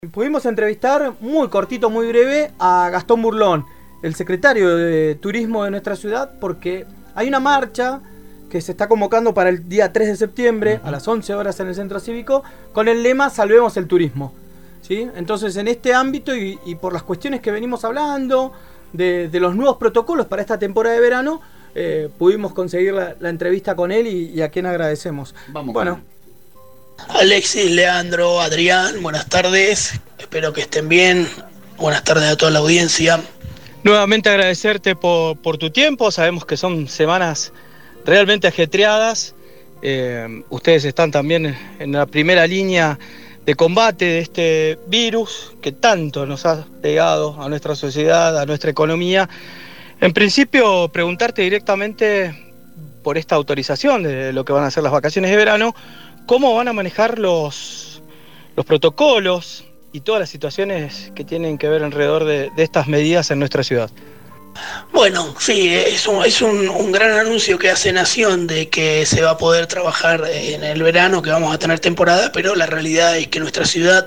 Pudimos entrevistar muy cortito, muy breve, a Gastón Burlón, el secretario de Turismo de nuestra ciudad, porque hay una marcha que se está convocando para el día 3 de septiembre a las 11 horas en el Centro Cívico con el lema Salvemos el Turismo, ¿sí? Entonces, en este ámbito y por las cuestiones que venimos hablando, de los nuevos protocolos para esta temporada de verano, pudimos conseguir la entrevista con él y a quien agradecemos. Vamos. Bueno. Alexis, Leandro, Adrián, buenas tardes, espero que estén bien, buenas tardes a toda la audiencia. Nuevamente agradecerte por tu tiempo, sabemos que son semanas realmente ajetreadas, ustedes están también en la primera línea de combate de este virus que tanto nos ha pegado a nuestra sociedad, a nuestra economía. En principio, preguntarte directamente por esta autorización de lo que van a ser las vacaciones de verano, ¿cómo van a manejar los protocolos y todas las situaciones que tienen que ver alrededor de estas medidas en nuestra ciudad? Bueno, sí, es un gran anuncio que hace Nación de que se va a poder trabajar en el verano, que vamos a tener temporada, pero la realidad es que nuestra ciudad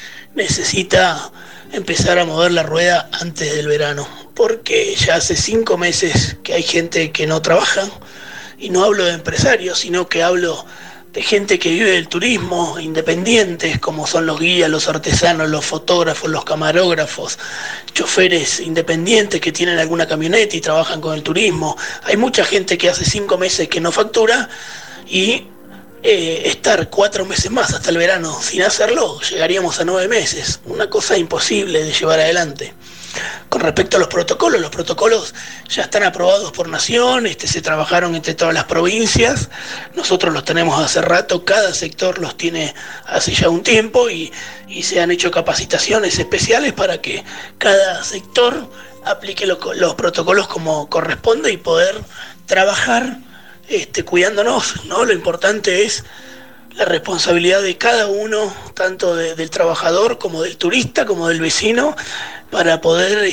necesita empezar a mover la rueda antes del verano, porque ya hace 5 meses que hay gente que no trabaja, y no hablo de empresarios, sino que hablo de gente que vive del turismo, independientes, como son los guías, los artesanos, los fotógrafos, los camarógrafos, choferes independientes que tienen alguna camioneta y trabajan con el turismo. Hay mucha gente que hace 5 meses que no factura y estar 4 meses más hasta el verano sin hacerlo, llegaríamos a 9 meses. Una cosa imposible de llevar adelante. Con respecto a los protocolos ya están aprobados por Nación, se trabajaron entre todas las provincias, nosotros los tenemos hace rato, cada sector los tiene hace ya un tiempo y se han hecho capacitaciones especiales para que cada sector aplique los protocolos como corresponde y poder trabajar cuidándonos, ¿no? Lo importante es la responsabilidad de cada uno, tanto del trabajador como del turista, como del vecino, para poder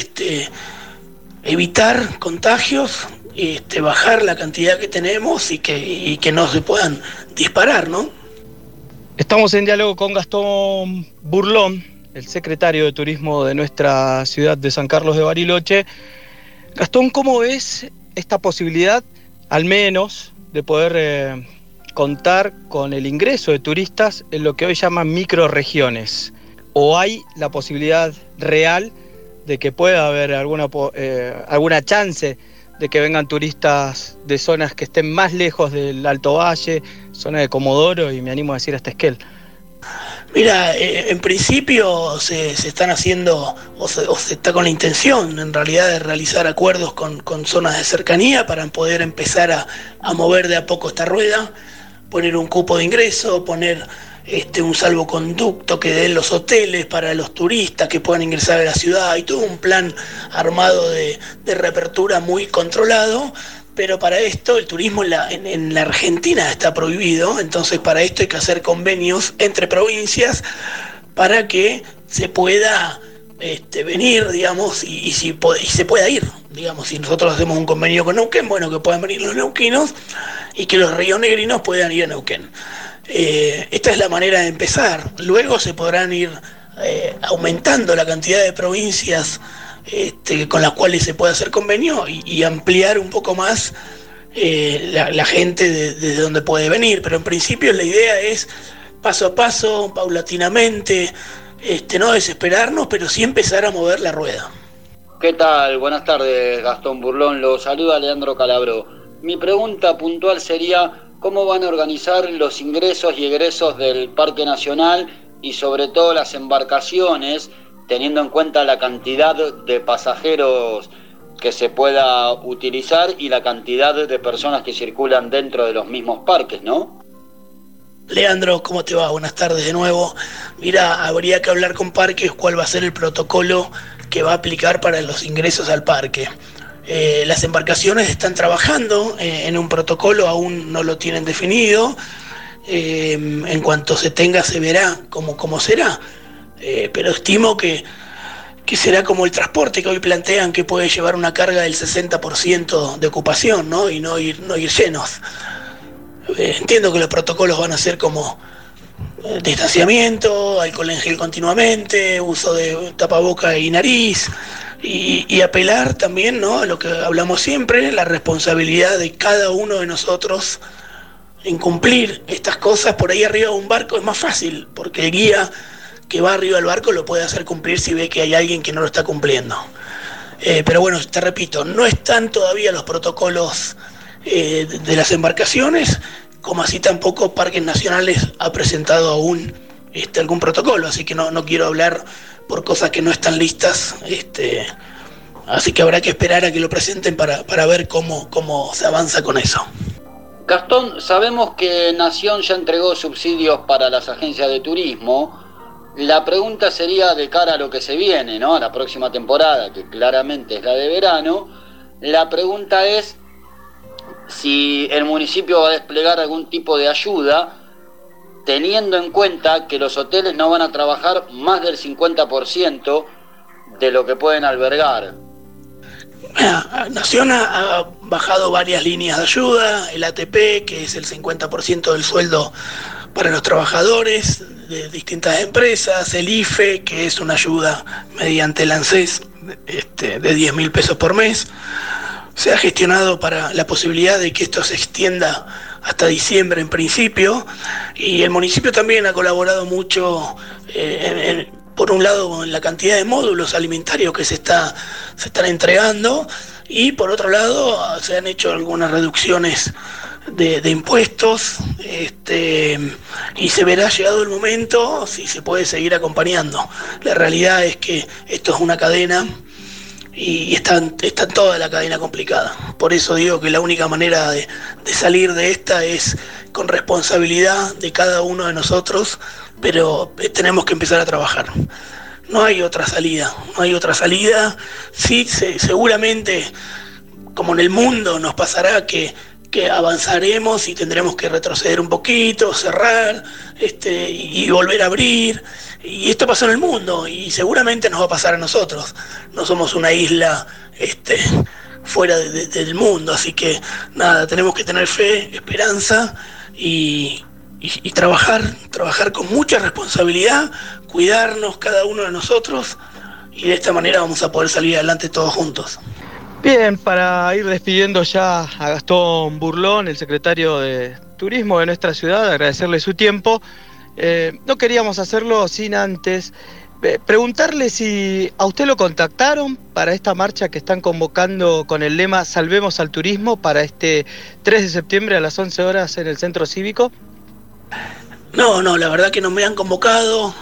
evitar contagios, bajar la cantidad que tenemos y que no se puedan disparar, ¿no? Estamos en diálogo con Gastón Burlón, el secretario de Turismo de nuestra ciudad de San Carlos de Bariloche. Gastón, ¿cómo ves esta posibilidad, al menos, de poder contar con el ingreso de turistas en lo que hoy llaman microrregiones? ¿O hay la posibilidad real de que pueda haber alguna chance de que vengan turistas de zonas que estén más lejos del Alto Valle, zona de Comodoro y me animo a decir hasta Esquel? Mira, en principio se están haciendo, o se está con la intención en realidad de realizar acuerdos con zonas de cercanía para poder empezar a mover de a poco esta rueda, poner un cupo de ingreso, poner un salvoconducto que den los hoteles para los turistas que puedan ingresar a la ciudad, y todo un plan armado de reapertura muy controlado. Pero para esto el turismo en la Argentina está prohibido, entonces para esto hay que hacer convenios entre provincias para que se pueda venir, digamos, y se pueda ir. Digamos, si nosotros hacemos un convenio con Neuquén, bueno, que puedan venir los neuquinos y que los rionegrinos puedan ir a Neuquén. Esta es la manera de empezar. Luego se podrán ir aumentando la cantidad de provincias con las cuales se puede hacer convenio y ampliar un poco más la gente desde donde puede venir, pero en principio la idea es paso a paso, paulatinamente, no desesperarnos, pero sí empezar a mover la rueda. ¿Qué tal? Buenas tardes, Gastón Burlón, lo saluda Leandro Calabro. Mi pregunta puntual sería, ¿cómo van a organizar los ingresos y egresos del Parque Nacional y sobre todo las embarcaciones, teniendo en cuenta la cantidad de pasajeros que se pueda utilizar y la cantidad de personas que circulan dentro de los mismos parques, ¿no? Leandro, ¿cómo te va? Buenas tardes de nuevo. Mira, habría que hablar con Parques cuál va a ser el protocolo que va a aplicar para los ingresos al parque. Las embarcaciones están trabajando en un protocolo, aún no lo tienen definido. En cuanto se tenga se verá cómo será. Pero estimo que será como el transporte que hoy plantean, que puede llevar una carga del 60% de ocupación, ¿no? Y no ir llenos. Entiendo que los protocolos van a ser como distanciamiento, alcohol en gel continuamente, uso de tapaboca y nariz, y apelar también, ¿no?, a lo que hablamos siempre, la responsabilidad de cada uno de nosotros en cumplir estas cosas. Por ahí arriba de un barco es más fácil, porque el guía que va arriba del barco lo puede hacer cumplir si ve que hay alguien que no lo está cumpliendo. Pero bueno, te repito, no están todavía los protocolos de las embarcaciones, como así tampoco Parques Nacionales ha presentado aún algún protocolo, así que no quiero hablar por cosas que no están listas, así que habrá que esperar a que lo presenten para ver cómo se avanza con eso. Gastón, sabemos que Nación ya entregó subsidios para las agencias de turismo. La pregunta sería de cara a lo que se viene, ¿no?, a la próxima temporada, que claramente es la de verano. La pregunta es si el municipio va a desplegar algún tipo de ayuda, teniendo en cuenta que los hoteles no van a trabajar más del 50% de lo que pueden albergar. Nación ha bajado varias líneas de ayuda, el ATP, que es el 50% del sueldo para los trabajadores de distintas empresas, el IFE, que es una ayuda mediante el ANSES de 10.000 pesos por mes. Se ha gestionado para la posibilidad de que esto se extienda hasta diciembre en principio, y el municipio también ha colaborado mucho, por un lado, en la cantidad de módulos alimentarios que se están entregando, y por otro lado se han hecho algunas reducciones de impuestos, y se verá llegado el momento si se puede seguir acompañando. La realidad es que esto es una cadena y está toda la cadena complicada. Por eso digo que la única manera de salir de esta es con responsabilidad de cada uno de nosotros, pero tenemos que empezar a trabajar. No hay otra salida. Sí, seguramente, como en el mundo, nos pasará que avanzaremos y tendremos que retroceder un poquito, cerrar, y volver a abrir. Y esto pasó en el mundo y seguramente nos va a pasar a nosotros. No somos una isla fuera del mundo, así que nada, tenemos que tener fe, esperanza y trabajar con mucha responsabilidad, cuidarnos cada uno de nosotros, y de esta manera vamos a poder salir adelante todos juntos. Bien, para ir despidiendo ya a Gastón Burlón, el secretario de Turismo de nuestra ciudad, agradecerle su tiempo. No queríamos hacerlo sin antes preguntarle si a usted lo contactaron para esta marcha que están convocando con el lema Salvemos al Turismo para este 3 de septiembre a las 11 horas en el Centro Cívico. No, la verdad que no me han convocado.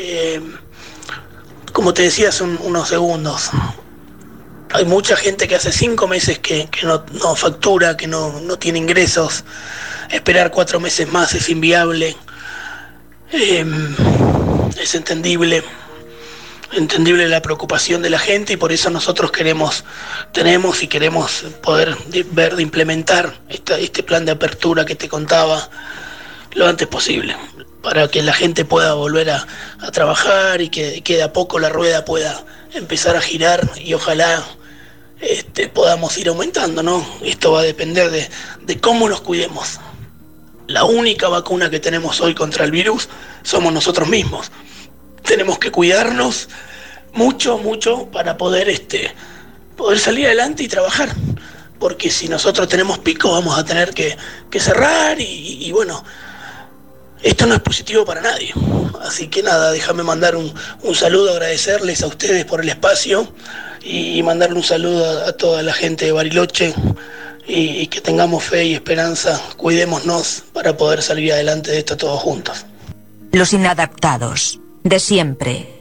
Como te decía, son unos segundos. Hay mucha gente que hace 5 meses que no factura, que no tiene ingresos. Esperar 4 meses más es inviable. Es entendible la preocupación de la gente, y por eso nosotros queremos poder ver de implementar este plan de apertura que te contaba lo antes posible, para que la gente pueda volver a trabajar y que de a poco la rueda pueda empezar a girar, y ojalá podamos ir aumentando, ¿no? Esto va a depender de cómo nos cuidemos. La única vacuna que tenemos hoy contra el virus somos nosotros mismos. Tenemos que cuidarnos mucho para poder salir adelante y trabajar. Porque si nosotros tenemos pico, vamos a tener que cerrar y bueno, esto no es positivo para nadie. Así que nada, déjame mandar un saludo, agradecerles a ustedes por el espacio y mandarle un saludo a toda la gente de Bariloche. Y que tengamos fe y esperanza, cuidémonos para poder salir adelante de esto todos juntos. Los inadaptados, de siempre.